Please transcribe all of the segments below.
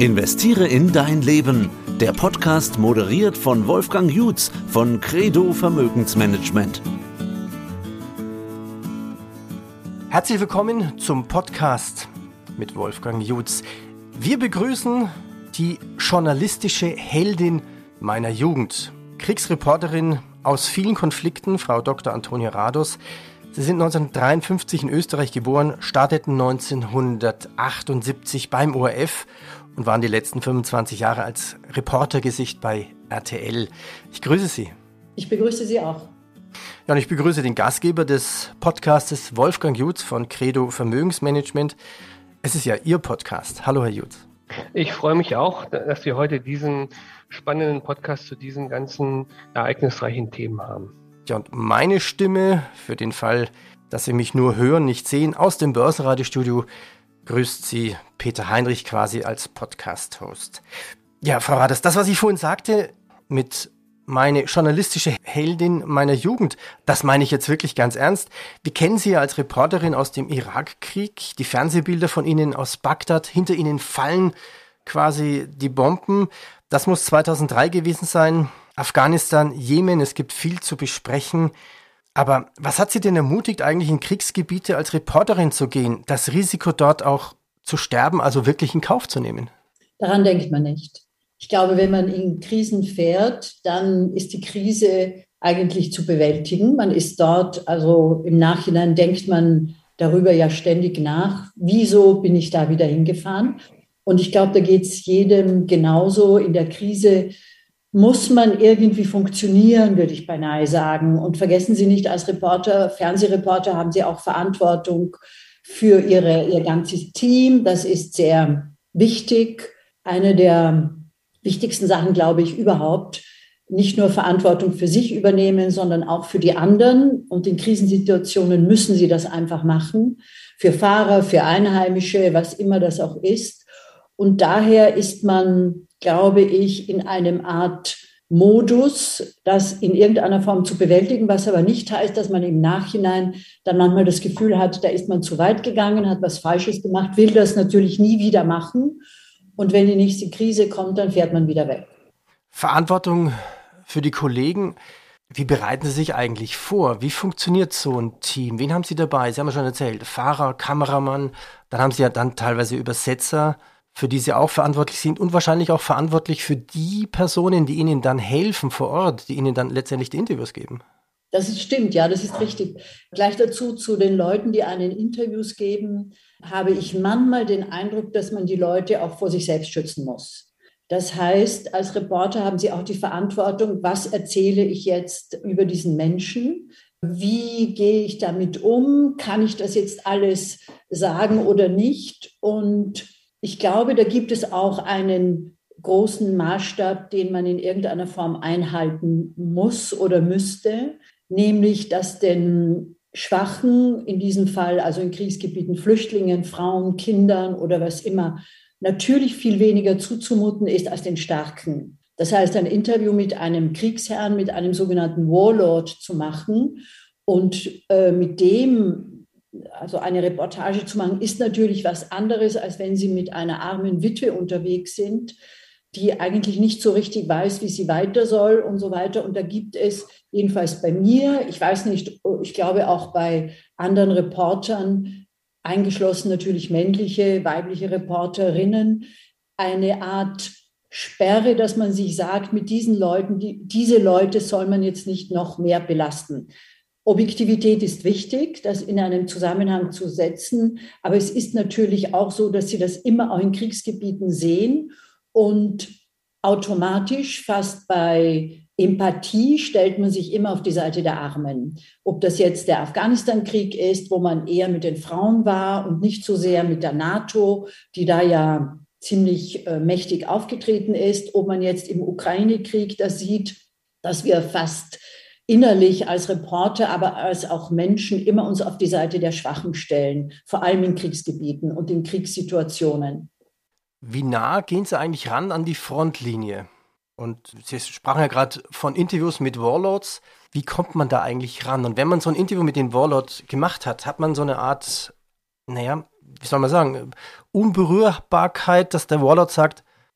Investiere in dein Leben. Der Podcast moderiert von Wolfgang Jutz von Credo Vermögensmanagement. Herzlich willkommen zum Podcast mit Wolfgang Jutz. Wir begrüßen die journalistische Heldin meiner Jugend, Kriegsreporterin aus vielen Konflikten, Frau Dr. Antonia Rados. Sie sind 1953 in Österreich geboren, starteten 1978 beim ORF und waren die letzten 25 Jahre als Reportergesicht bei RTL. Ich grüße Sie. Ich begrüße Sie auch. Ja, und ich begrüße den Gastgeber des Podcastes, Wolfgang Jutz von Credo Vermögensmanagement. Es ist ja Ihr Podcast. Hallo, Herr Jutz. Ich freue mich auch, dass wir heute diesen spannenden Podcast zu diesen ganzen ereignisreichen Themen haben. Ja, und meine Stimme, für den Fall, dass Sie mich nur hören, nicht sehen, aus dem Börsenradiostudio grüßt Sie Peter Heinrich quasi als Podcast-Host. Ja, Frau Rados, das, was ich vorhin sagte, mit meine journalistische Heldin meiner Jugend, das meine ich jetzt wirklich ganz ernst. Wir kennen Sie ja als Reporterin aus dem Irakkrieg, die Fernsehbilder von Ihnen aus Bagdad, hinter Ihnen fallen quasi die Bomben. Das muss 2003 gewesen sein. Afghanistan, Jemen, es gibt viel zu besprechen. Aber was hat Sie denn ermutigt, eigentlich in Kriegsgebiete als Reporterin zu gehen, das Risiko dort auch zu sterben, also wirklich in Kauf zu nehmen? Daran denkt man nicht. Ich glaube, wenn man in Krisen fährt, dann ist die Krise eigentlich zu bewältigen. Man ist dort, also im Nachhinein denkt man darüber ja ständig nach, wieso bin ich da wieder hingefahren? Und ich glaube, da geht es jedem genauso. In der Krise muss man irgendwie funktionieren, würde ich beinahe sagen. Und vergessen Sie nicht, als Reporter, Fernsehreporter haben Sie auch Verantwortung für Ihr ganzes Team. Das ist sehr wichtig. Eine der wichtigsten Sachen, glaube ich, überhaupt. Nicht nur Verantwortung für sich übernehmen, sondern auch für die anderen. Und in Krisensituationen müssen Sie das einfach machen. Für Fahrer, für Einheimische, was immer das auch ist. Und daher ist man, glaube ich, in einem Art Modus, das in irgendeiner Form zu bewältigen, was aber nicht heißt, dass man im Nachhinein dann manchmal das Gefühl hat, da ist man zu weit gegangen, hat was Falsches gemacht, will das natürlich nie wieder machen. Und wenn die nächste Krise kommt, dann fährt man wieder weg. Verantwortung für die Kollegen. Wie bereiten Sie sich eigentlich vor? Wie funktioniert so ein Team? Wen haben Sie dabei? Sie haben ja schon erzählt, Fahrer, Kameramann, dann haben Sie ja dann teilweise Übersetzer, für die Sie auch verantwortlich sind und wahrscheinlich auch verantwortlich für die Personen, die Ihnen dann helfen vor Ort, die Ihnen dann letztendlich die Interviews geben. Stimmt, ja, das ist richtig. Gleich dazu zu den Leuten, die einen Interviews geben, habe ich manchmal den Eindruck, dass man die Leute auch vor sich selbst schützen muss. Das heißt, als Reporter haben Sie auch die Verantwortung, was erzähle ich jetzt über diesen Menschen? Wie gehe ich damit um? Kann ich das jetzt alles sagen oder nicht? Und ich glaube, da gibt es auch einen großen Maßstab, den man in irgendeiner Form einhalten muss oder müsste, nämlich, dass den Schwachen, in diesem Fall also in Kriegsgebieten Flüchtlingen, Frauen, Kindern oder was immer, natürlich viel weniger zuzumuten ist als den Starken. Das heißt, ein Interview mit einem Kriegsherrn, mit einem sogenannten Warlord zu machen und mit dem also eine Reportage zu machen, ist natürlich was anderes, als wenn Sie mit einer armen Witwe unterwegs sind, die eigentlich nicht so richtig weiß, wie sie weiter soll und so weiter. Und da gibt es jedenfalls bei mir, ich weiß nicht, ich glaube auch bei anderen Reportern, eingeschlossen natürlich männliche, weibliche Reporterinnen, eine Art Sperre, dass man sich sagt, mit diesen Leuten, diese Leute soll man jetzt nicht noch mehr belasten. Objektivität ist wichtig, das in einen Zusammenhang zu setzen, aber es ist natürlich auch so, dass Sie das immer auch in Kriegsgebieten sehen und automatisch, fast bei Empathie, stellt man sich immer auf die Seite der Armen. Ob das jetzt der Afghanistan-Krieg ist, wo man eher mit den Frauen war und nicht so sehr mit der NATO, die da ja ziemlich mächtig aufgetreten ist, ob man jetzt im Ukraine-Krieg das sieht, dass wir fast innerlich als Reporter, aber als auch Menschen immer uns auf die Seite der Schwachen stellen, vor allem in Kriegsgebieten und in Kriegssituationen. Wie nah gehen Sie eigentlich ran an die Frontlinie? Und Sie sprachen ja gerade von Interviews mit Warlords. Wie kommt man da eigentlich ran? Und wenn man so ein Interview mit den Warlords gemacht hat, hat man so eine Art, wie soll man sagen, Unberührbarkeit, dass der Warlord sagt,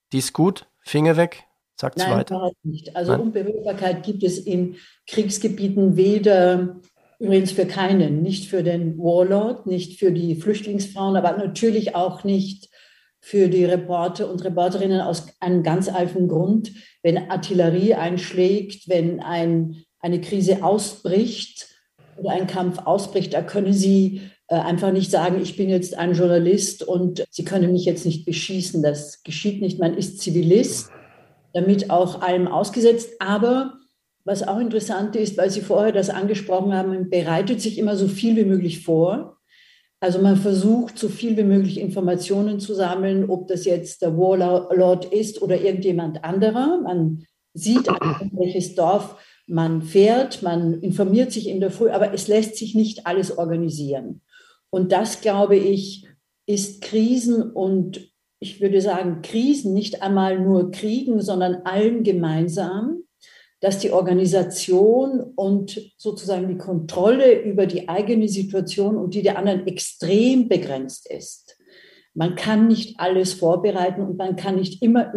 die ist gut, Finger weg, sagt's Nein, weiter. überhaupt nicht. Also Nein? Unberührbarkeit gibt es in Kriegsgebieten weder, übrigens für keinen, nicht für den Warlord, nicht für die Flüchtlingsfrauen, aber natürlich auch nicht für die Reporter und Reporterinnen aus einem ganz einfachen Grund. Wenn Artillerie einschlägt, wenn eine Krise ausbricht oder ein Kampf ausbricht, da können Sie einfach nicht sagen, ich bin jetzt ein Journalist und Sie können mich jetzt nicht beschießen. Das geschieht nicht. Man ist Zivilist, damit auch allem ausgesetzt. Aber was auch interessant ist, weil Sie vorher das angesprochen haben, man bereitet sich immer so viel wie möglich vor. Also man versucht, so viel wie möglich Informationen zu sammeln, ob das jetzt der Warlord ist oder irgendjemand anderer. Man sieht, in welches Dorf man fährt, man informiert sich in der Früh, aber es lässt sich nicht alles organisieren. Und das, glaube ich, ist Krisen und ich würde sagen, Krisen nicht einmal nur Kriegen, sondern allen gemeinsam, dass die Organisation und sozusagen die Kontrolle über die eigene Situation und die der anderen extrem begrenzt ist. Man kann nicht alles vorbereiten und man kann nicht immer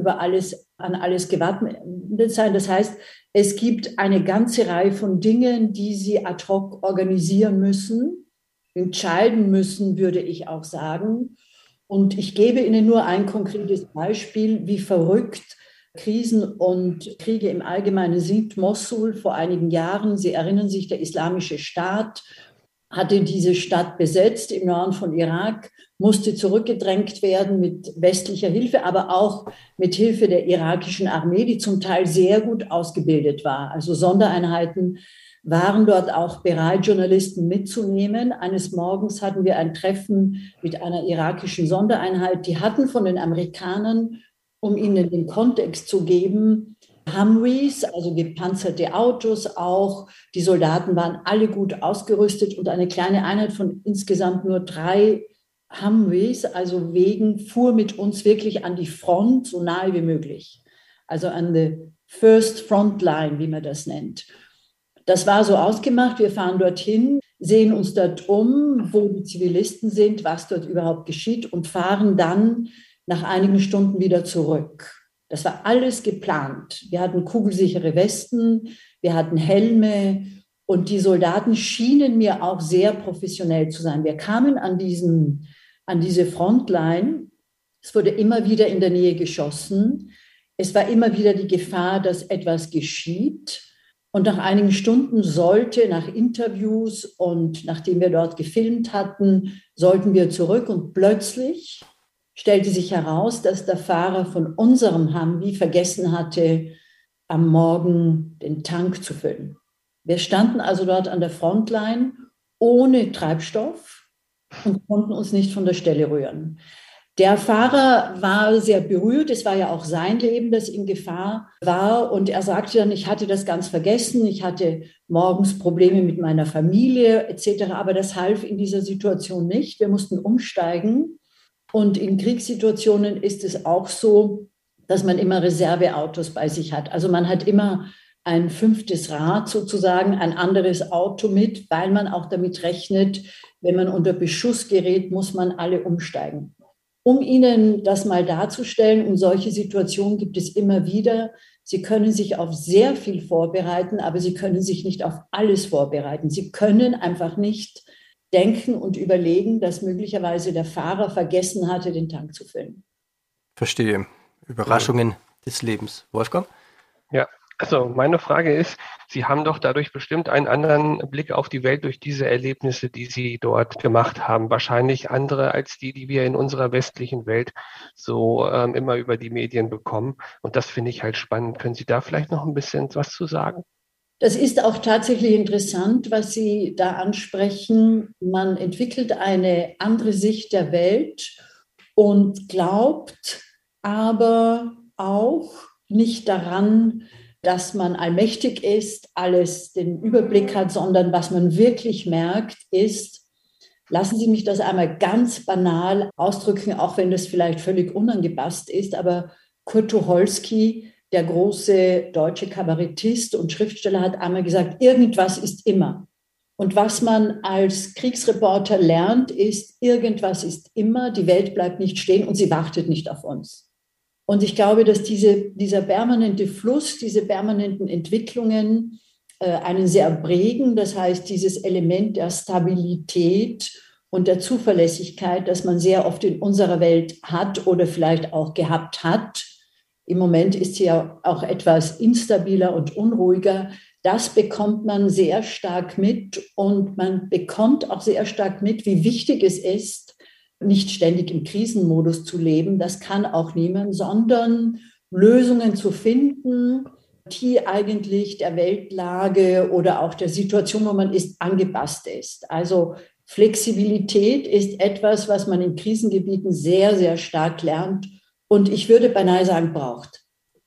an alles gewappnet sein. Das heißt, es gibt eine ganze Reihe von Dingen, die Sie ad hoc organisieren müssen, entscheiden müssen, würde ich auch sagen. Und ich gebe Ihnen nur ein konkretes Beispiel, wie verrückt Krisen und Kriege im Allgemeinen sind. Mossul vor einigen Jahren, Sie erinnern sich, der Islamische Staat hatte diese Stadt besetzt im Norden von Irak, musste zurückgedrängt werden mit westlicher Hilfe, aber auch mit Hilfe der irakischen Armee, die zum Teil sehr gut ausgebildet war. Also Sondereinheiten waren dort auch bereit, Journalisten mitzunehmen. Eines Morgens hatten wir ein Treffen mit einer irakischen Sondereinheit. Die hatten von den Amerikanern, um ihnen den Kontext zu geben, Humvees, also gepanzerte Autos auch. Die Soldaten waren alle gut ausgerüstet und eine kleine Einheit von insgesamt nur 3 Humvees, also Wegen, fuhr mit uns wirklich an die Front, so nahe wie möglich. Also an the first front line, wie man das nennt. Das war so ausgemacht, wir fahren dorthin, sehen uns dort um, wo die Zivilisten sind, was dort überhaupt geschieht und fahren dann nach einigen Stunden wieder zurück. Das war alles geplant. Wir hatten kugelsichere Westen, wir hatten Helme und die Soldaten schienen mir auch sehr professionell zu sein. Wir kamen an diese Frontline. Es wurde immer wieder in der Nähe geschossen. Es war immer wieder die Gefahr, dass etwas geschieht. Und nach einigen Stunden nach Interviews und nachdem wir dort gefilmt hatten, sollten wir zurück und plötzlich stellte sich heraus, dass der Fahrer von unserem Humvee vergessen hatte, am Morgen den Tank zu füllen. Wir standen also dort an der Frontline ohne Treibstoff und konnten uns nicht von der Stelle rühren. Der Fahrer war sehr berührt. Es war ja auch sein Leben, das in Gefahr war. Und er sagte dann, ich hatte das ganz vergessen. Ich hatte morgens Probleme mit meiner Familie etc. Aber das half in dieser Situation nicht. Wir mussten umsteigen. Und in Kriegssituationen ist es auch so, dass man immer Reserveautos bei sich hat. Also man hat immer ein 5. Rad sozusagen, ein anderes Auto mit, weil man auch damit rechnet, wenn man unter Beschuss gerät, muss man alle umsteigen. Um Ihnen das mal darzustellen, und solche Situationen gibt es immer wieder, Sie können sich auf sehr viel vorbereiten, aber Sie können sich nicht auf alles vorbereiten. Sie können einfach nicht denken und überlegen, dass möglicherweise der Fahrer vergessen hatte, den Tank zu füllen. Verstehe. Überraschungen des Lebens. Wolfgang? Ja, also meine Frage ist, Sie haben doch dadurch bestimmt einen anderen Blick auf die Welt durch diese Erlebnisse, die Sie dort gemacht haben. Wahrscheinlich andere als die wir in unserer westlichen Welt so immer über die Medien bekommen. Und das finde ich halt spannend. Können Sie da vielleicht noch ein bisschen was zu sagen? Das ist auch tatsächlich interessant, was Sie da ansprechen. Man entwickelt eine andere Sicht der Welt und glaubt aber auch nicht daran, dass man allmächtig ist, alles den Überblick hat, sondern was man wirklich merkt, ist, lassen Sie mich das einmal ganz banal ausdrücken, auch wenn das vielleicht völlig unangepasst ist, aber Kurt Tucholsky, der große deutsche Kabarettist und Schriftsteller, hat einmal gesagt, irgendwas ist immer. Und was man als Kriegsreporter lernt, ist, irgendwas ist immer, die Welt bleibt nicht stehen und sie wartet nicht auf uns. Und ich glaube, dass dieser permanente Fluss, diese permanenten Entwicklungen einen sehr prägen. Das heißt, dieses Element der Stabilität und der Zuverlässigkeit, das man sehr oft in unserer Welt hat oder vielleicht auch gehabt hat. Im Moment ist sie ja auch etwas instabiler und unruhiger. Das bekommt man sehr stark mit und man bekommt auch sehr stark mit, wie wichtig es ist, nicht ständig im Krisenmodus zu leben. Das kann auch niemand, sondern Lösungen zu finden, die eigentlich der Weltlage oder auch der Situation, wo man ist, angepasst ist. Also Flexibilität ist etwas, was man in Krisengebieten sehr, sehr stark lernt und ich würde beinahe sagen, braucht.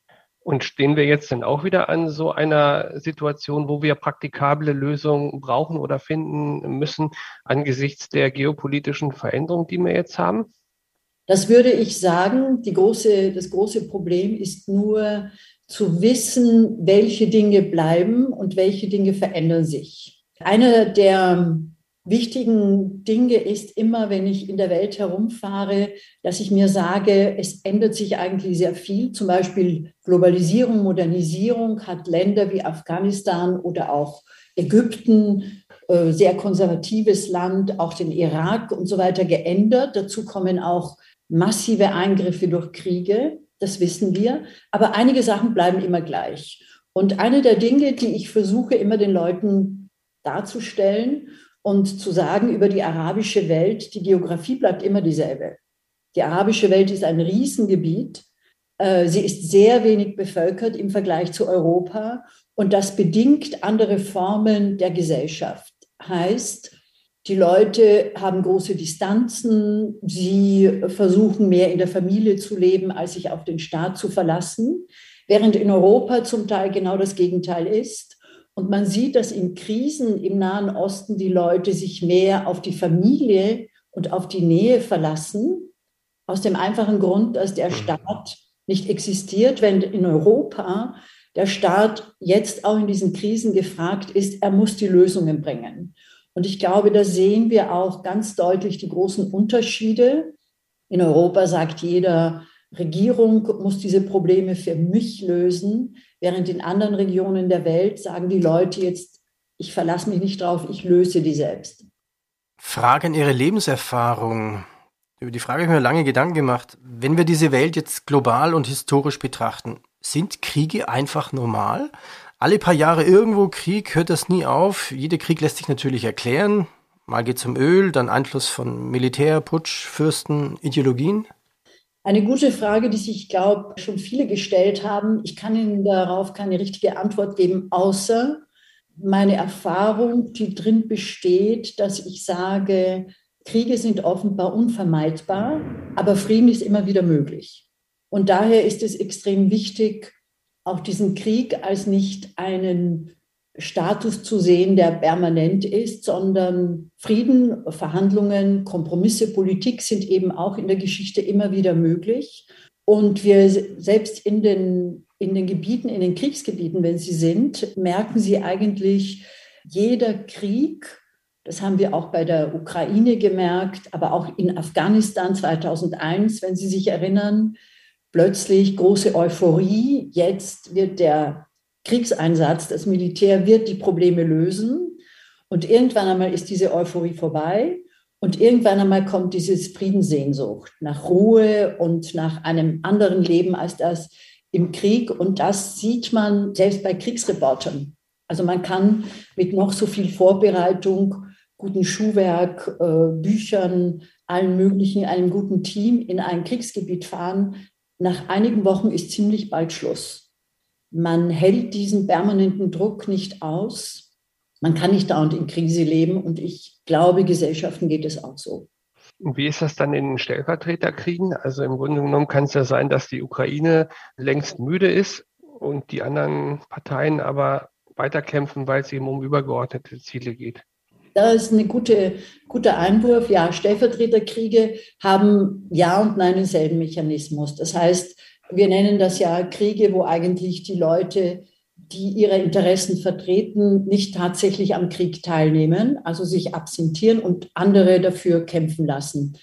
Und stehen wir jetzt denn auch wieder an so einer Situation, wo wir praktikable Lösungen brauchen oder finden müssen angesichts der geopolitischen Veränderung, die wir jetzt haben? Das würde ich sagen. Das große Problem ist nur zu wissen, welche Dinge bleiben und welche Dinge verändern sich. Einer der wichtigen Dinge ist immer, wenn ich in der Welt herumfahre, dass ich mir sage, es ändert sich eigentlich sehr viel. Zum Beispiel Globalisierung, Modernisierung hat Länder wie Afghanistan oder auch Ägypten, sehr konservatives Land, auch den Irak und so weiter geändert. Dazu kommen auch massive Eingriffe durch Kriege, das wissen wir. Aber einige Sachen bleiben immer gleich. Und eine der Dinge, die ich versuche, immer den Leuten darzustellen und zu sagen über die arabische Welt, die Geografie bleibt immer dieselbe. Die arabische Welt ist ein Riesengebiet. Sie ist sehr wenig bevölkert im Vergleich zu Europa und das bedingt andere Formen der Gesellschaft. Heißt, die Leute haben große Distanzen, sie versuchen mehr in der Familie zu leben, als sich auf den Staat zu verlassen, während in Europa zum Teil genau das Gegenteil ist. Und man sieht, dass in Krisen im Nahen Osten die Leute sich mehr auf die Familie und auf die Nähe verlassen, aus dem einfachen Grund, dass der Staat nicht existiert, wenn in Europa der Staat jetzt auch in diesen Krisen gefragt ist, er muss die Lösungen bringen. Und ich glaube, da sehen wir auch ganz deutlich die großen Unterschiede. In Europa sagt jeder, Regierung muss diese Probleme für mich lösen, während in anderen Regionen der Welt sagen die Leute jetzt, ich verlasse mich nicht drauf, ich löse die selbst. Frage an Ihre Lebenserfahrung. Über die Frage habe ich mir lange Gedanken gemacht. Wenn wir diese Welt jetzt global und historisch betrachten, sind Kriege einfach normal? Alle paar Jahre irgendwo Krieg, hört das nie auf. Jeder Krieg lässt sich natürlich erklären. Mal geht es um Öl, dann Einfluss von Militär, Putsch, Fürsten, Ideologien. Eine gute Frage, die sich, glaube ich, schon viele gestellt haben. Ich kann Ihnen darauf keine richtige Antwort geben, außer meine Erfahrung, die drin besteht, dass ich sage, Kriege sind offenbar unvermeidbar, aber Frieden ist immer wieder möglich. Und daher ist es extrem wichtig, auch diesen Krieg als nicht einen Status zu sehen, der permanent ist, sondern Frieden, Verhandlungen, Kompromisse, Politik sind eben auch in der Geschichte immer wieder möglich. Und wir selbst in den Gebieten, in den Kriegsgebieten, wenn sie sind, merken sie eigentlich, jeder Krieg, das haben wir auch bei der Ukraine gemerkt, aber auch in Afghanistan 2001, wenn Sie sich erinnern, plötzlich große Euphorie. Jetzt wird der Kriegseinsatz, das Militär wird die Probleme lösen. Und irgendwann einmal ist diese Euphorie vorbei. Und irgendwann einmal kommt diese Friedenssehnsucht nach Ruhe und nach einem anderen Leben als das im Krieg. Und das sieht man selbst bei Kriegsreportern. Also man kann mit noch so viel Vorbereitung, gutem Schuhwerk, Büchern, allen möglichen, einem guten Team in ein Kriegsgebiet fahren. Nach einigen Wochen ist ziemlich bald Schluss. Man hält diesen permanenten Druck nicht aus. Man kann nicht dauernd in Krise leben und ich glaube, Gesellschaften geht es auch so. Und wie ist das dann in Stellvertreterkriegen? Also im Grunde genommen kann es ja sein, dass die Ukraine längst müde ist und die anderen Parteien aber weiterkämpfen, weil es eben um übergeordnete Ziele geht. Das ist ein guter Einwurf. Ja, Stellvertreterkriege haben Ja und Nein denselben Mechanismus. Das heißt, wir nennen das ja Kriege, wo eigentlich die Leute, die ihre Interessen vertreten, nicht tatsächlich am Krieg teilnehmen, also sich absentieren und andere dafür kämpfen lassen.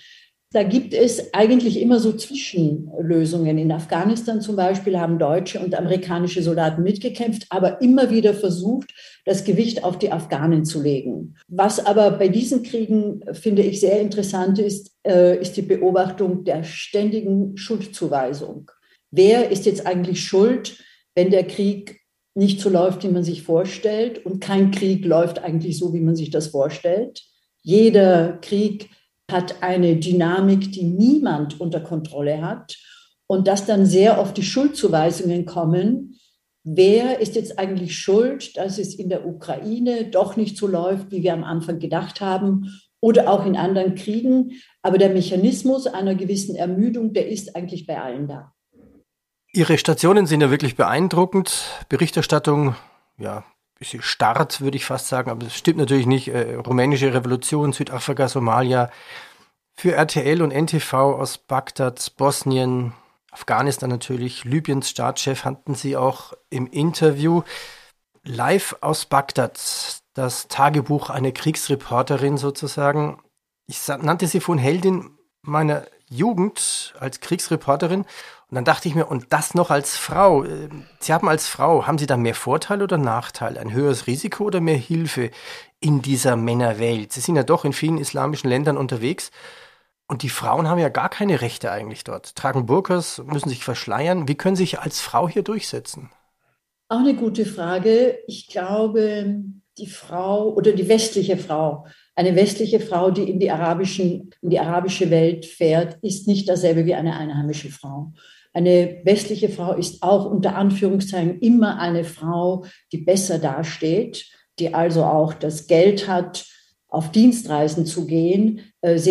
Da gibt es eigentlich immer so Zwischenlösungen. In Afghanistan zum Beispiel haben deutsche und amerikanische Soldaten mitgekämpft, aber immer wieder versucht, das Gewicht auf die Afghanen zu legen. Was aber bei diesen Kriegen, finde ich, sehr interessant ist, ist die Beobachtung der ständigen Schuldzuweisung. Wer ist jetzt eigentlich schuld, wenn der Krieg nicht so läuft, wie man sich vorstellt? Und kein Krieg läuft eigentlich so, wie man sich das vorstellt. Jeder Krieg hat eine Dynamik, die niemand unter Kontrolle hat, und dass dann sehr oft die Schuldzuweisungen kommen. Wer ist jetzt eigentlich schuld, dass es in der Ukraine doch nicht so läuft, wie wir am Anfang gedacht haben, oder auch in anderen Kriegen? Aber der Mechanismus einer gewissen Ermüdung, der ist eigentlich bei allen da. Ihre Stationen sind ja wirklich beeindruckend. Berichterstattung, ja, bisschen Start, würde ich fast sagen, aber das stimmt natürlich nicht. Rumänische Revolution, Südafrika, Somalia, für RTL und NTV aus Bagdad, Bosnien, Afghanistan natürlich, Libyens Staatschef hatten Sie auch im Interview. Live aus Bagdad, das Tagebuch einer Kriegsreporterin sozusagen. Ich nannte sie von Heldin meiner Jugend als Kriegsreporterin. Und dann dachte ich mir, und das noch als Frau. Sie haben Sie da mehr Vorteile oder Nachteile? Ein höheres Risiko oder mehr Hilfe in dieser Männerwelt? Sie sind ja doch in vielen islamischen Ländern unterwegs. Und die Frauen haben ja gar keine Rechte eigentlich dort. Tragen Burkas, müssen sich verschleiern. Wie können Sie sich als Frau hier durchsetzen? Auch eine gute Frage. Ich glaube, die Frau oder die westliche Frau, eine westliche Frau, die in die arabische Welt fährt, ist nicht dasselbe wie eine einheimische Frau. Eine westliche Frau ist auch unter Anführungszeichen immer eine Frau, die besser dasteht, die also auch das Geld hat, auf Dienstreisen zu gehen.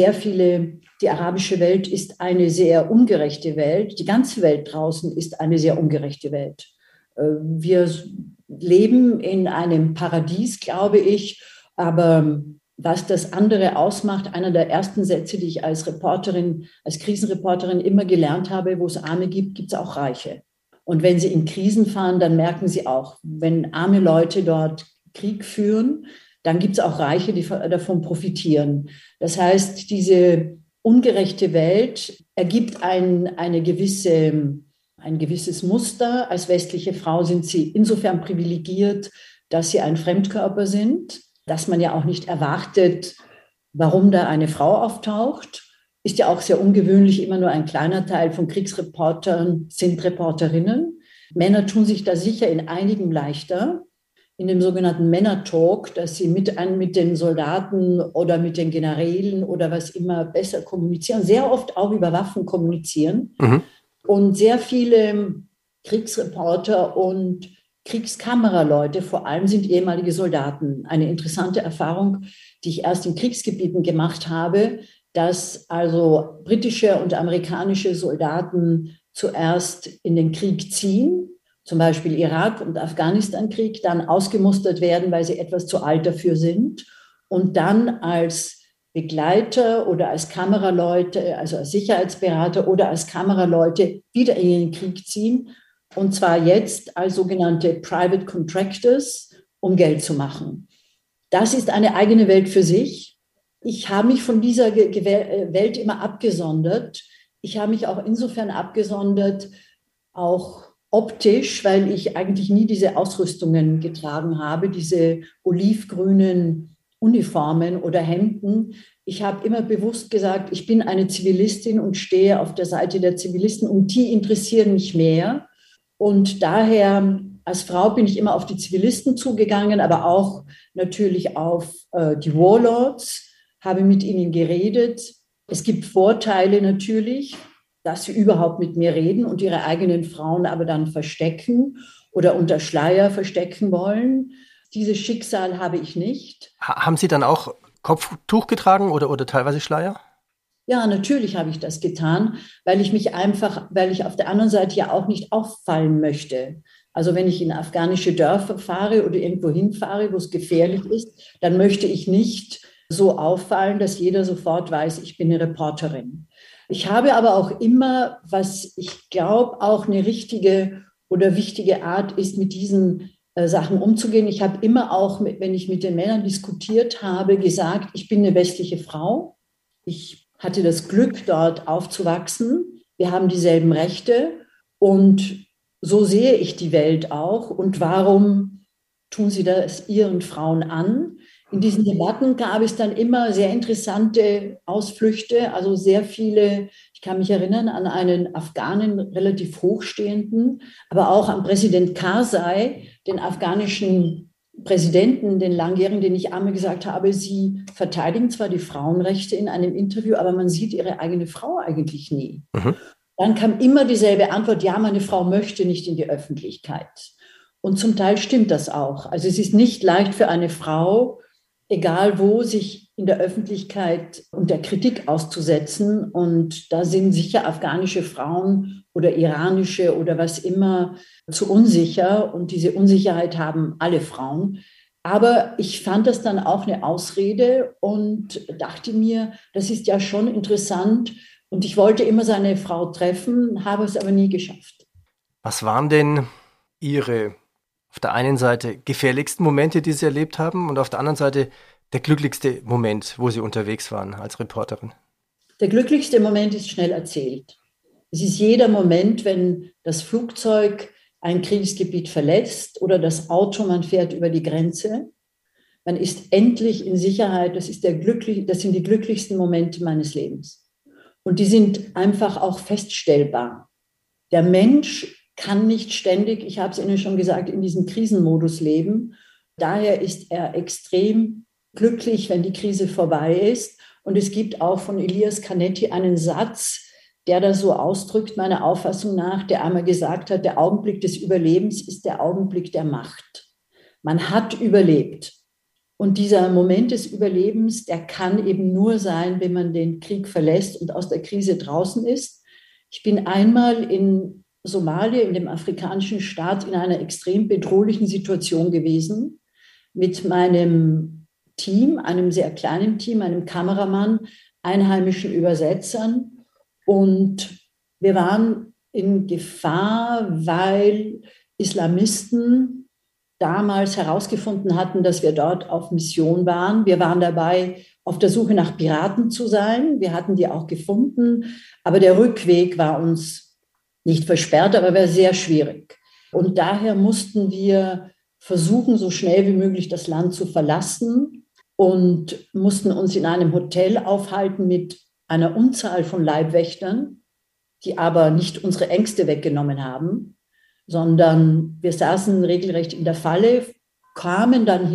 Die arabische Welt ist eine sehr ungerechte Welt. Die ganze Welt draußen ist eine sehr ungerechte Welt. Wir leben in einem Paradies, glaube ich, aber was das andere ausmacht, einer der ersten Sätze, die ich als Krisenreporterin immer gelernt habe: wo es Arme gibt, gibt es auch Reiche. Und wenn Sie in Krisen fahren, dann merken Sie auch, wenn arme Leute dort Krieg führen, dann gibt es auch Reiche, die davon profitieren. Das heißt, diese ungerechte Welt ergibt ein gewisses Muster. Als westliche Frau sind Sie insofern privilegiert, dass Sie ein Fremdkörper sind, dass man ja auch nicht erwartet, warum da eine Frau auftaucht. Ist ja auch sehr ungewöhnlich, immer nur ein kleiner Teil von Kriegsreportern sind Reporterinnen. Männer tun sich da sicher in einigem leichter. In dem sogenannten Männertalk, dass sie mit den Soldaten oder mit den Generälen oder was immer besser kommunizieren, sehr oft auch über Waffen kommunizieren. Mhm. Und sehr viele Kriegsreporter und Kriegskameraleute vor allem sind ehemalige Soldaten. Eine interessante Erfahrung, die ich erst in Kriegsgebieten gemacht habe, dass also britische und amerikanische Soldaten zuerst in den Krieg ziehen, zum Beispiel Irak- und Afghanistan-Krieg, dann ausgemustert werden, weil sie etwas zu alt dafür sind und dann als Begleiter oder als Kameraleute, also als Sicherheitsberater oder als Kameraleute wieder in den Krieg ziehen, und zwar jetzt als sogenannte Private Contractors, um Geld zu machen. Das ist eine eigene Welt für sich. Ich habe mich von dieser Welt immer abgesondert. Ich habe mich auch insofern abgesondert, auch optisch, weil ich eigentlich nie diese Ausrüstungen getragen habe, diese olivgrünen Uniformen oder Hemden. Ich habe immer bewusst gesagt, ich bin eine Zivilistin und stehe auf der Seite der Zivilisten, und die interessieren mich mehr. Und daher, als Frau bin ich immer auf die Zivilisten zugegangen, aber auch natürlich auf die Warlords, habe mit ihnen geredet. Es gibt Vorteile natürlich, dass sie überhaupt mit mir reden und ihre eigenen Frauen aber dann verstecken oder unter Schleier verstecken wollen. Dieses Schicksal habe ich nicht. Haben Sie dann auch Kopftuch getragen oder teilweise Schleier? Ja, natürlich habe ich das getan, weil ich auf der anderen Seite ja auch nicht auffallen möchte. Also wenn ich in afghanische Dörfer fahre oder irgendwo hinfahre, wo es gefährlich ist, dann möchte ich nicht so auffallen, dass jeder sofort weiß, ich bin eine Reporterin. Ich habe aber auch immer, was ich glaube, auch eine richtige oder wichtige Art ist, mit diesen Sachen umzugehen. Ich habe immer auch, wenn ich mit den Männern diskutiert habe, gesagt, ich bin eine westliche Frau. Ich hatte das Glück, dort aufzuwachsen. Wir haben dieselben Rechte und so sehe ich die Welt auch. Und warum tun Sie das Ihren Frauen an? In diesen Debatten gab es dann immer sehr interessante Ausflüchte, also sehr viele. Ich kann mich erinnern an einen Afghanen, relativ hochstehenden, aber auch an Präsident Karzai, den afghanischen Präsidenten, den langjährigen, den ich einmal gesagt habe, Sie verteidigen zwar die Frauenrechte in einem Interview, aber man sieht Ihre eigene Frau eigentlich nie. Mhm. Dann kam immer dieselbe Antwort, ja, meine Frau möchte nicht in die Öffentlichkeit. Und zum Teil stimmt das auch. Also es ist nicht leicht für eine Frau, egal wo, sich in der Öffentlichkeit unter Kritik auszusetzen. Und da sind sicher afghanische Frauen oder iranische oder was immer zu unsicher. Und diese Unsicherheit haben alle Frauen. Aber ich fand das dann auch eine Ausrede und dachte mir, das ist ja schon interessant. Und ich wollte immer seine Frau treffen, habe es aber nie geschafft. Was waren denn Ihre auf der einen Seite gefährlichsten Momente, die Sie erlebt haben, und auf der anderen Seite der glücklichste Moment, wo Sie unterwegs waren als Reporterin? Der glücklichste Moment ist schnell erzählt. Es ist jeder Moment, wenn das Flugzeug ein Kriegsgebiet verlässt oder das Auto, man fährt über die Grenze. Man ist endlich in Sicherheit. Das sind die glücklichsten Momente meines Lebens. Und die sind einfach auch feststellbar. Der Mensch kann nicht ständig, ich habe es Ihnen schon gesagt, in diesem Krisenmodus leben. Daher ist er extrem glücklich, wenn die Krise vorbei ist. Und es gibt auch von Elias Canetti einen Satz, der das so ausdrückt, meiner Auffassung nach, der einmal gesagt hat, der Augenblick des Überlebens ist der Augenblick der Macht. Man hat überlebt. Und dieser Moment des Überlebens, der kann eben nur sein, wenn man den Krieg verlässt und aus der Krise draußen ist. Ich bin einmal in Somalia, in dem afrikanischen Staat, in einer extrem bedrohlichen Situation gewesen mit meinem Team, einem sehr kleinen Team, einem Kameramann, einheimischen Übersetzern. Und wir waren in Gefahr, weil Islamisten damals herausgefunden hatten, dass wir dort auf Mission waren. Wir waren dabei, auf der Suche nach Piraten zu sein. Wir hatten die auch gefunden, aber der Rückweg war uns nicht versperrt, aber war sehr schwierig. Und daher mussten wir versuchen, so schnell wie möglich das Land zu verlassen und mussten uns in einem Hotel aufhalten mit einer Unzahl von Leibwächtern, die aber nicht unsere Ängste weggenommen haben, sondern wir saßen regelrecht in der Falle, flogen dann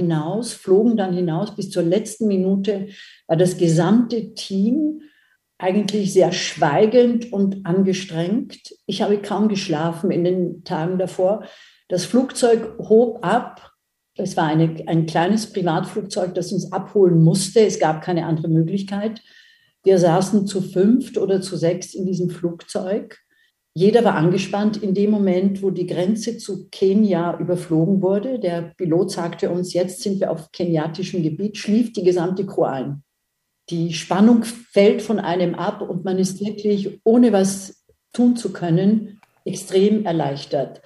hinaus. Bis zur letzten Minute war das gesamte Team eigentlich sehr schweigend und angestrengt. Ich habe kaum geschlafen in den Tagen davor. Das Flugzeug hob ab. Es war ein kleines Privatflugzeug, das uns abholen musste. Es gab keine andere Möglichkeit. Wir saßen zu 5 oder zu 6 in diesem Flugzeug. Jeder war angespannt in dem Moment, wo die Grenze zu Kenia überflogen wurde. Der Pilot sagte uns, jetzt sind wir auf keniatischem Gebiet, schlief die gesamte Crew ein. Die Spannung fällt von einem ab und man ist wirklich, ohne was tun zu können, extrem erleichtert.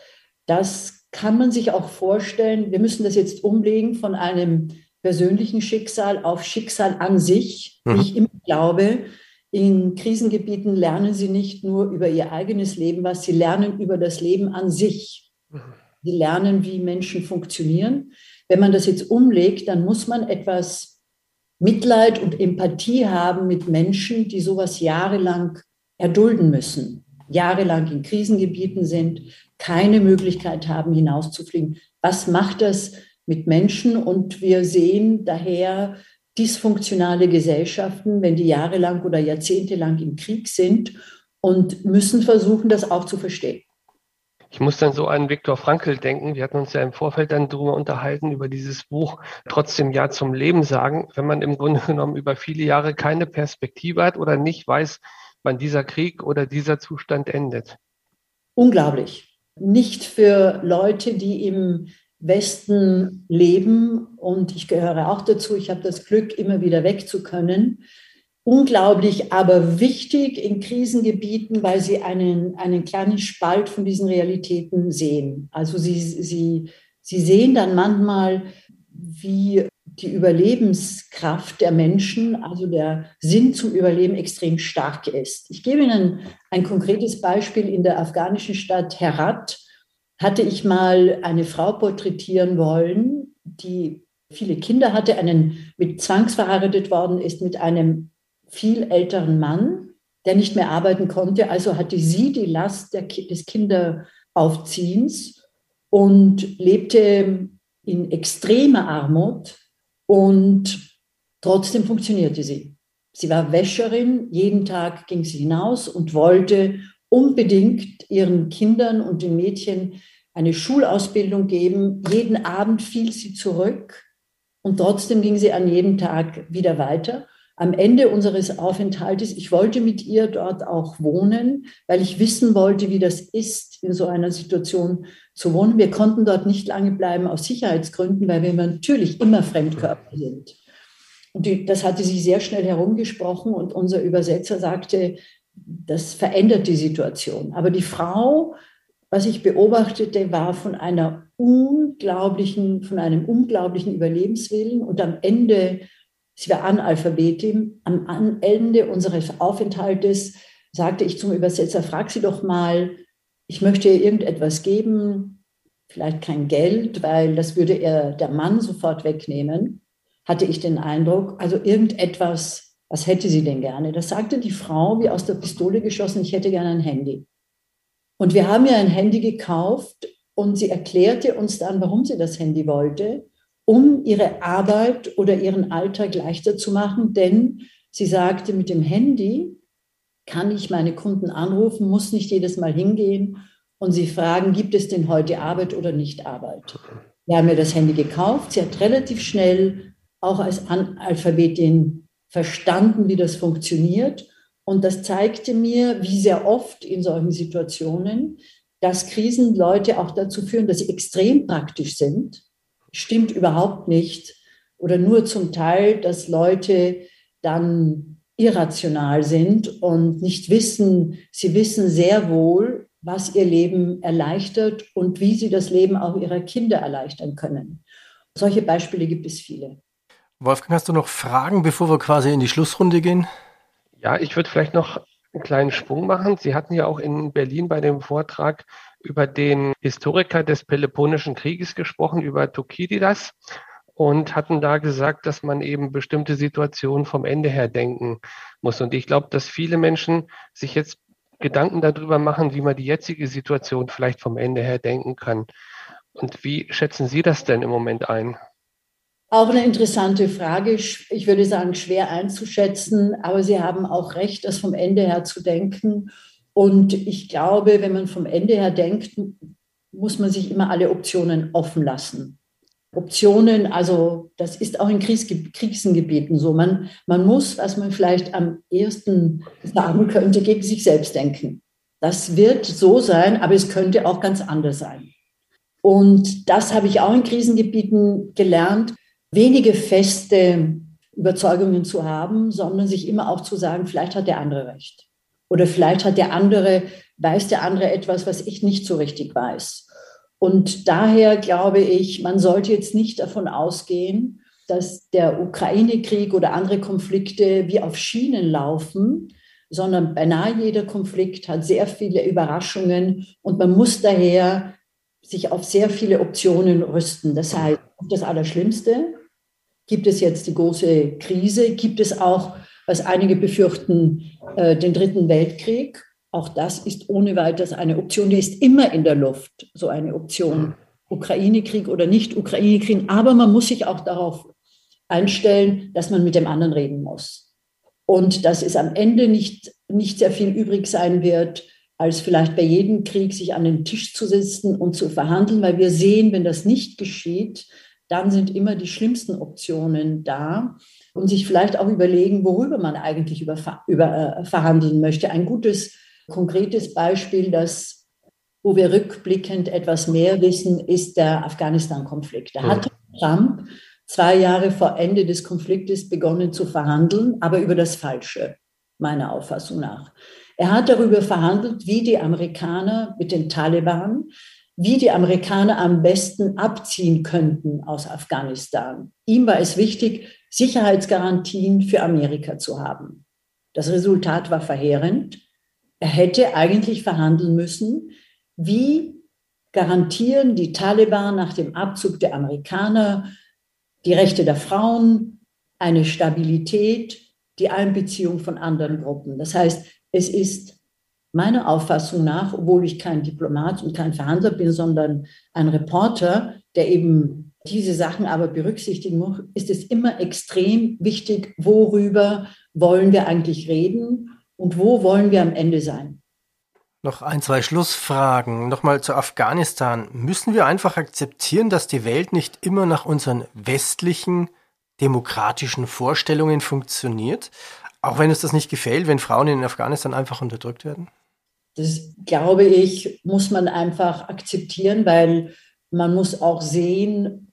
Das kann man sich auch vorstellen. Wir müssen das jetzt umlegen von einem persönlichen Schicksal auf Schicksal an sich. Wie ich immer glaube, in Krisengebieten lernen sie nicht nur über ihr eigenes Leben was, sie lernen über das Leben an sich. Sie lernen, wie Menschen funktionieren. Wenn man das jetzt umlegt, dann muss man etwas Mitleid und Empathie haben mit Menschen, die sowas jahrelang erdulden müssen, jahrelang in Krisengebieten sind, keine Möglichkeit haben, hinauszufliegen. Was macht das mit Menschen? Und wir sehen daher dysfunktionale Gesellschaften, wenn die jahrelang oder jahrzehntelang im Krieg sind und müssen versuchen, das auch zu verstehen. Ich muss dann so an Viktor Frankl denken. Wir hatten uns ja im Vorfeld dann darüber unterhalten, über dieses Buch Trotzdem Ja zum Leben sagen. Wenn man im Grunde genommen über viele Jahre keine Perspektive hat oder nicht weiß, wann dieser Krieg oder dieser Zustand endet. Unglaublich. Nicht für Leute, die im Westen leben, und ich gehöre auch dazu, ich habe das Glück, immer wieder weg zu können. Unglaublich, aber wichtig in Krisengebieten, weil sie einen kleinen Spalt von diesen Realitäten sehen. Also sie sehen dann manchmal, wie die Überlebenskraft der Menschen, also der Sinn zum Überleben, extrem stark ist. Ich gebe Ihnen ein konkretes Beispiel. In der afghanischen Stadt Herat hatte ich mal eine Frau porträtieren wollen, die viele Kinder hatte, mit zwangsverheiratet worden ist mit einem viel älteren Mann, der nicht mehr arbeiten konnte. Also hatte sie die Last des Kinderaufziehens und lebte in extremer Armut. Und trotzdem funktionierte sie. Sie war Wäscherin, jeden Tag ging sie hinaus und wollte unbedingt ihren Kindern und den Mädchen eine Schulausbildung geben. Jeden Abend fiel sie zurück und trotzdem ging sie an jedem Tag wieder weiter. Am Ende unseres Aufenthaltes, ich wollte mit ihr dort auch wohnen, weil ich wissen wollte, wie das ist, in so einer Situation zu wohnen. Wir konnten dort nicht lange bleiben aus Sicherheitsgründen, weil wir natürlich immer Fremdkörper sind. Und das hatte sie sehr schnell herumgesprochen und unser Übersetzer sagte, das verändert die Situation. Aber die Frau, was ich beobachtete, war von einem unglaublichen Überlebenswillen und am Ende, sie war Analphabetin, am Ende unseres Aufenthaltes sagte ich zum Übersetzer, frag sie doch mal, ich möchte ihr irgendetwas geben, vielleicht kein Geld, weil das würde der Mann sofort wegnehmen, hatte ich den Eindruck, also irgendetwas, was hätte sie denn gerne? Das sagte die Frau, wie aus der Pistole geschossen, ich hätte gerne ein Handy. Und wir haben ihr ein Handy gekauft und sie erklärte uns dann, warum sie das Handy wollte, um ihre Arbeit oder ihren Alltag leichter zu machen, denn sie sagte, mit dem Handy kann ich meine Kunden anrufen, muss nicht jedes Mal hingehen und sie fragen, gibt es denn heute Arbeit oder nicht Arbeit? Wir haben ihr das Handy gekauft, sie hat relativ schnell auch als Analphabetin verstanden, wie das funktioniert und das zeigte mir, wie sehr oft in solchen Situationen, dass Krisen Leute auch dazu führen, dass sie extrem praktisch sind. Stimmt überhaupt nicht oder nur zum Teil, dass Leute dann irrational sind und nicht wissen, sie wissen sehr wohl, was ihr Leben erleichtert und wie sie das Leben auch ihrer Kinder erleichtern können. Solche Beispiele gibt es viele. Wolfgang, hast du noch Fragen, bevor wir quasi in die Schlussrunde gehen? Ja, ich würde vielleicht noch einen kleinen Sprung machen. Sie hatten ja auch in Berlin bei dem Vortrag über den Historiker des Peloponnesischen Krieges gesprochen, über Thukydides, und hatten da gesagt, dass man eben bestimmte Situationen vom Ende her denken muss. Und ich glaube, dass viele Menschen sich jetzt Gedanken darüber machen, wie man die jetzige Situation vielleicht vom Ende her denken kann. Und wie schätzen Sie das denn im Moment ein? Auch eine interessante Frage. Ich würde sagen, schwer einzuschätzen, aber Sie haben auch recht, das vom Ende her zu denken. Und ich glaube, wenn man vom Ende her denkt, muss man sich immer alle Optionen offen lassen. Optionen, also das ist auch in Krisengebieten so. Man muss, was man vielleicht am ehesten sagen könnte, gegen sich selbst denken. Das wird so sein, aber es könnte auch ganz anders sein. Und das habe ich auch in Krisengebieten gelernt, wenige feste Überzeugungen zu haben, sondern sich immer auch zu sagen, vielleicht hat der andere recht. Oder vielleicht weiß der andere etwas, was ich nicht so richtig weiß. Und daher glaube ich, man sollte jetzt nicht davon ausgehen, dass der Ukraine-Krieg oder andere Konflikte wie auf Schienen laufen, sondern beinahe jeder Konflikt hat sehr viele Überraschungen und man muss daher sich auf sehr viele Optionen rüsten. Das heißt, das Allerschlimmste, gibt es jetzt die große Krise, gibt es auch, was einige befürchten, den Dritten Weltkrieg. Auch das ist ohne weiteres eine Option, die ist immer in der Luft, so eine Option. Ukraine-Krieg oder nicht Ukraine-Krieg, aber man muss sich auch darauf einstellen, dass man mit dem anderen reden muss. Und dass es am Ende nicht sehr viel übrig sein wird, als vielleicht bei jedem Krieg sich an den Tisch zu setzen und zu verhandeln, weil wir sehen, wenn das nicht geschieht, dann sind immer die schlimmsten Optionen da und sich vielleicht auch überlegen, worüber man eigentlich verhandeln möchte. Ein gutes, konkretes Beispiel, wo wir rückblickend etwas mehr wissen, ist der Afghanistan-Konflikt. Da hat Trump 2 Jahre vor Ende des Konfliktes begonnen zu verhandeln, aber über das Falsche, meiner Auffassung nach. Er hat darüber verhandelt, wie die Amerikaner mit den Taliban wie die Amerikaner am besten abziehen könnten aus Afghanistan. Ihm war es wichtig, Sicherheitsgarantien für Amerika zu haben. Das Resultat war verheerend. Er hätte eigentlich verhandeln müssen, wie garantieren die Taliban nach dem Abzug der Amerikaner die Rechte der Frauen, eine Stabilität, die Einbeziehung von anderen Gruppen. Das heißt, es ist meiner Auffassung nach, obwohl ich kein Diplomat und kein Verhandler bin, sondern ein Reporter, der eben diese Sachen aber berücksichtigen muss, ist es immer extrem wichtig, worüber wollen wir eigentlich reden und wo wollen wir am Ende sein. Noch ein, zwei Schlussfragen. Nochmal zu Afghanistan. Müssen wir einfach akzeptieren, dass die Welt nicht immer nach unseren westlichen, demokratischen Vorstellungen funktioniert? Auch wenn uns das nicht gefällt, wenn Frauen in Afghanistan einfach unterdrückt werden? Das, glaube ich, muss man einfach akzeptieren, weil man muss auch sehen,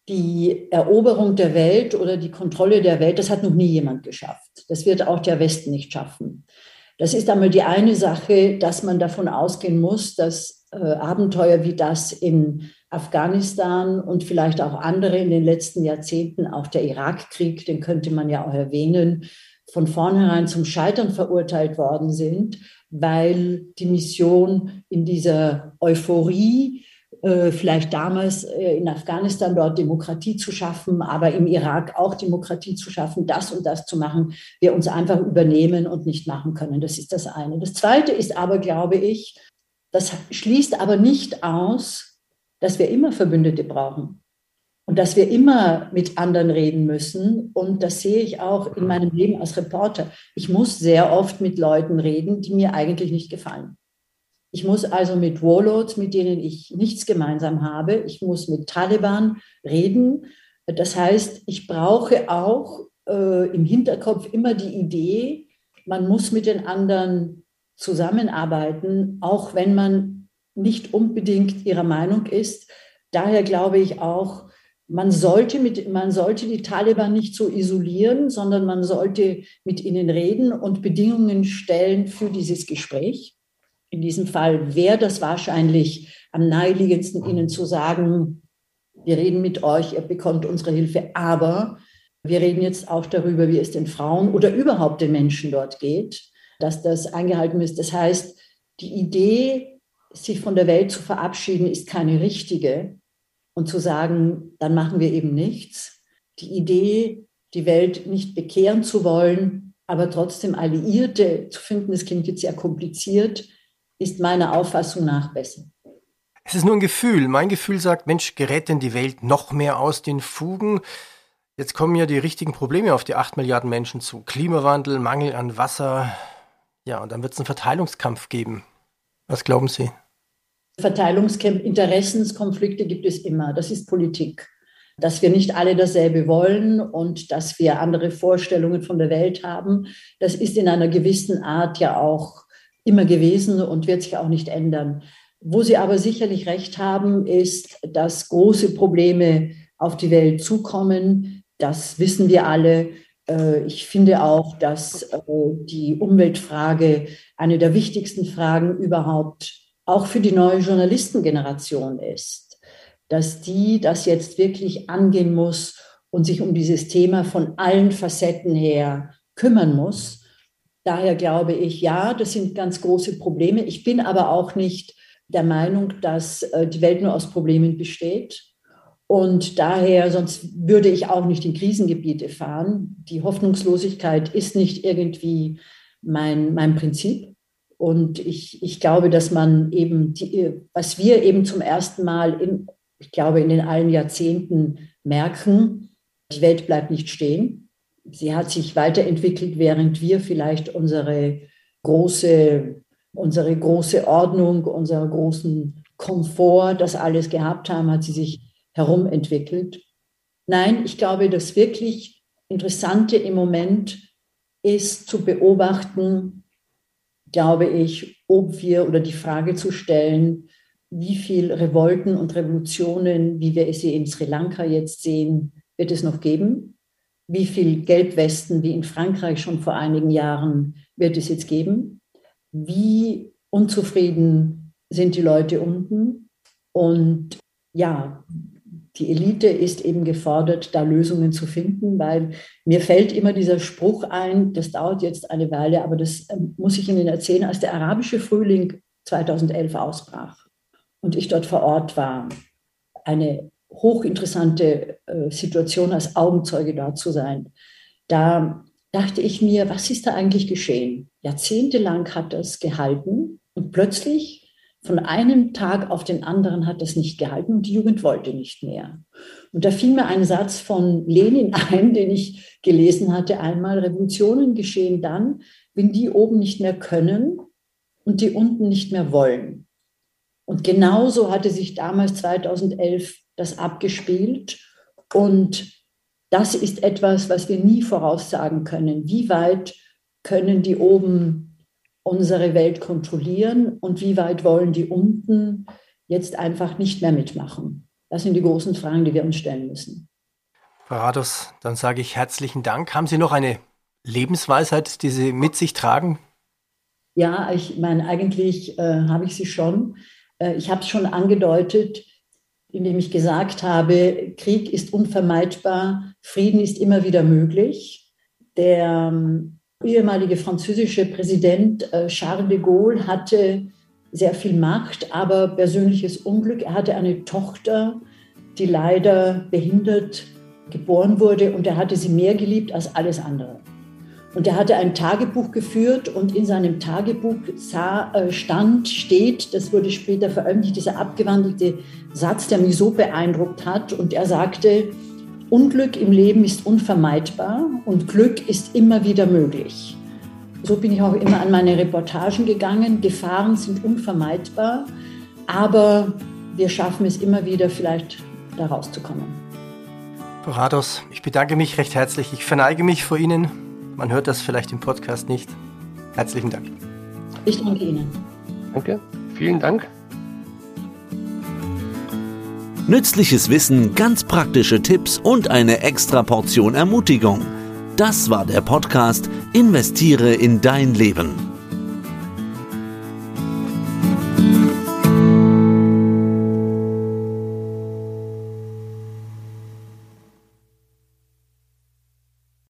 die Eroberung der Welt oder die Kontrolle der Welt, das hat noch nie jemand geschafft. Das wird auch der Westen nicht schaffen. Das ist einmal die eine Sache, dass man davon ausgehen muss, dass Abenteuer wie das in Afghanistan und vielleicht auch andere in den letzten Jahrzehnten, auch der Irakkrieg, den könnte man ja auch erwähnen, von vornherein zum Scheitern verurteilt worden sind, weil die Mission in dieser Euphorie, vielleicht damals in Afghanistan dort Demokratie zu schaffen, aber im Irak auch Demokratie zu schaffen, das und das zu machen, wir uns einfach übernehmen und nicht machen können. Das ist das eine. Das zweite ist aber, glaube ich, das schließt aber nicht aus, dass wir immer Verbündete brauchen und dass wir immer mit anderen reden müssen. Und das sehe ich auch in meinem Leben als Reporter. Ich muss sehr oft mit Leuten reden, die mir eigentlich nicht gefallen. Ich muss also mit Warlords, mit denen ich nichts gemeinsam habe, ich muss mit Taliban reden. Das heißt, ich brauche auch im Hinterkopf immer die Idee, man muss mit den anderen zusammenarbeiten, auch wenn man nicht unbedingt ihrer Meinung ist. Daher glaube ich auch, man sollte die Taliban nicht so isolieren, sondern man sollte mit ihnen reden und Bedingungen stellen für dieses Gespräch. In diesem Fall wäre das wahrscheinlich am naheliegendsten, Ihnen zu sagen, wir reden mit euch, ihr bekommt unsere Hilfe, aber wir reden jetzt auch darüber, wie es den Frauen oder überhaupt den Menschen dort geht, dass das eingehalten ist. Das heißt, die Idee, sich von der Welt zu verabschieden, ist keine richtige. Und zu sagen, dann machen wir eben nichts. Die Idee, die Welt nicht bekehren zu wollen, aber trotzdem Alliierte zu finden, das klingt jetzt sehr kompliziert, ist meiner Auffassung nach besser. Es ist nur ein Gefühl. Mein Gefühl sagt, Mensch, gerät denn die Welt noch mehr aus den Fugen? Jetzt kommen ja die richtigen Probleme auf die 8 Milliarden Menschen zu. Klimawandel, Mangel an Wasser. Ja, und dann wird es einen Verteilungskampf geben. Was glauben Sie? Verteilungskämpfe, Interessenskonflikte gibt es immer. Das ist Politik. Dass wir nicht alle dasselbe wollen und dass wir andere Vorstellungen von der Welt haben, das ist in einer gewissen Art ja auch immer gewesen und wird sich auch nicht ändern. Wo Sie aber sicherlich recht haben, ist, dass große Probleme auf die Welt zukommen. Das wissen wir alle. Ich finde auch, dass die Umweltfrage eine der wichtigsten Fragen überhaupt auch für die neue Journalistengeneration ist. Dass die das jetzt wirklich angehen muss und sich um dieses Thema von allen Facetten her kümmern muss. Daher glaube ich, ja, das sind ganz große Probleme. Ich bin aber auch nicht der Meinung, dass die Welt nur aus Problemen besteht. Und daher, sonst würde ich auch nicht in Krisengebiete fahren. Die Hoffnungslosigkeit ist nicht irgendwie mein Prinzip. Und ich glaube, dass man eben, was wir eben zum ersten Mal, ich glaube, in den allen Jahrzehnten merken, die Welt bleibt nicht stehen. Sie hat sich weiterentwickelt, während wir vielleicht unsere große Ordnung, unseren großen Komfort, das alles gehabt haben, hat sie sich herumentwickelt. Nein, ich glaube, das wirklich Interessante im Moment ist zu beobachten, glaube ich, ob wir oder die Frage zu stellen, wie viel Revolten und Revolutionen, wie wir sie in Sri Lanka jetzt sehen, wird es noch geben? Wie viel Gelbwesten wie in Frankreich schon vor einigen Jahren wird es jetzt geben? Wie unzufrieden sind die Leute unten? Und ja, die Elite ist eben gefordert, da Lösungen zu finden, weil mir fällt immer dieser Spruch ein, das dauert jetzt eine Weile, aber das muss ich Ihnen erzählen, als der arabische Frühling 2011 ausbrach und ich dort vor Ort war, eine hochinteressante Situation als Augenzeuge dort zu sein. Da dachte ich mir, was ist da eigentlich geschehen? Jahrzehntelang hat das gehalten und plötzlich von einem Tag auf den anderen hat das nicht gehalten und die Jugend wollte nicht mehr. Und da fiel mir ein Satz von Lenin ein, den ich gelesen hatte einmal: Revolutionen geschehen dann, wenn die oben nicht mehr können und die unten nicht mehr wollen. Und genauso hatte sich damals 2011 das abgespielt. Und das ist etwas, was wir nie voraussagen können. Wie weit können die oben unsere Welt kontrollieren und wie weit wollen die unten jetzt einfach nicht mehr mitmachen? Das sind die großen Fragen, die wir uns stellen müssen. Frau Rados, dann sage ich herzlichen Dank. Haben Sie noch eine Lebensweisheit, die Sie mit sich tragen? Ja, ich meine, eigentlich habe ich sie schon. Ich habe es schon angedeutet, indem ich gesagt habe, Krieg ist unvermeidbar, Frieden ist immer wieder möglich. Der ehemalige französische Präsident Charles de Gaulle hatte sehr viel Macht, aber persönliches Unglück. Er hatte eine Tochter, die leider behindert geboren wurde, und er hatte sie mehr geliebt als alles andere. Und er hatte ein Tagebuch geführt und in seinem Tagebuch steht, das wurde später veröffentlicht, dieser abgewandelte Satz, der mich so beeindruckt hat. Und er sagte: Unglück im Leben ist unvermeidbar und Glück ist immer wieder möglich. So bin ich auch immer an meine Reportagen gegangen. Gefahren sind unvermeidbar, aber wir schaffen es immer wieder, vielleicht da rauszukommen. Frau Rados, ich bedanke mich recht herzlich. Ich verneige mich vor Ihnen. Man hört das vielleicht im Podcast nicht. Herzlichen Dank. Ich danke Ihnen. Danke, vielen Dank. Nützliches Wissen, ganz praktische Tipps und eine extra Portion Ermutigung. Das war der Podcast Investiere in dein Leben.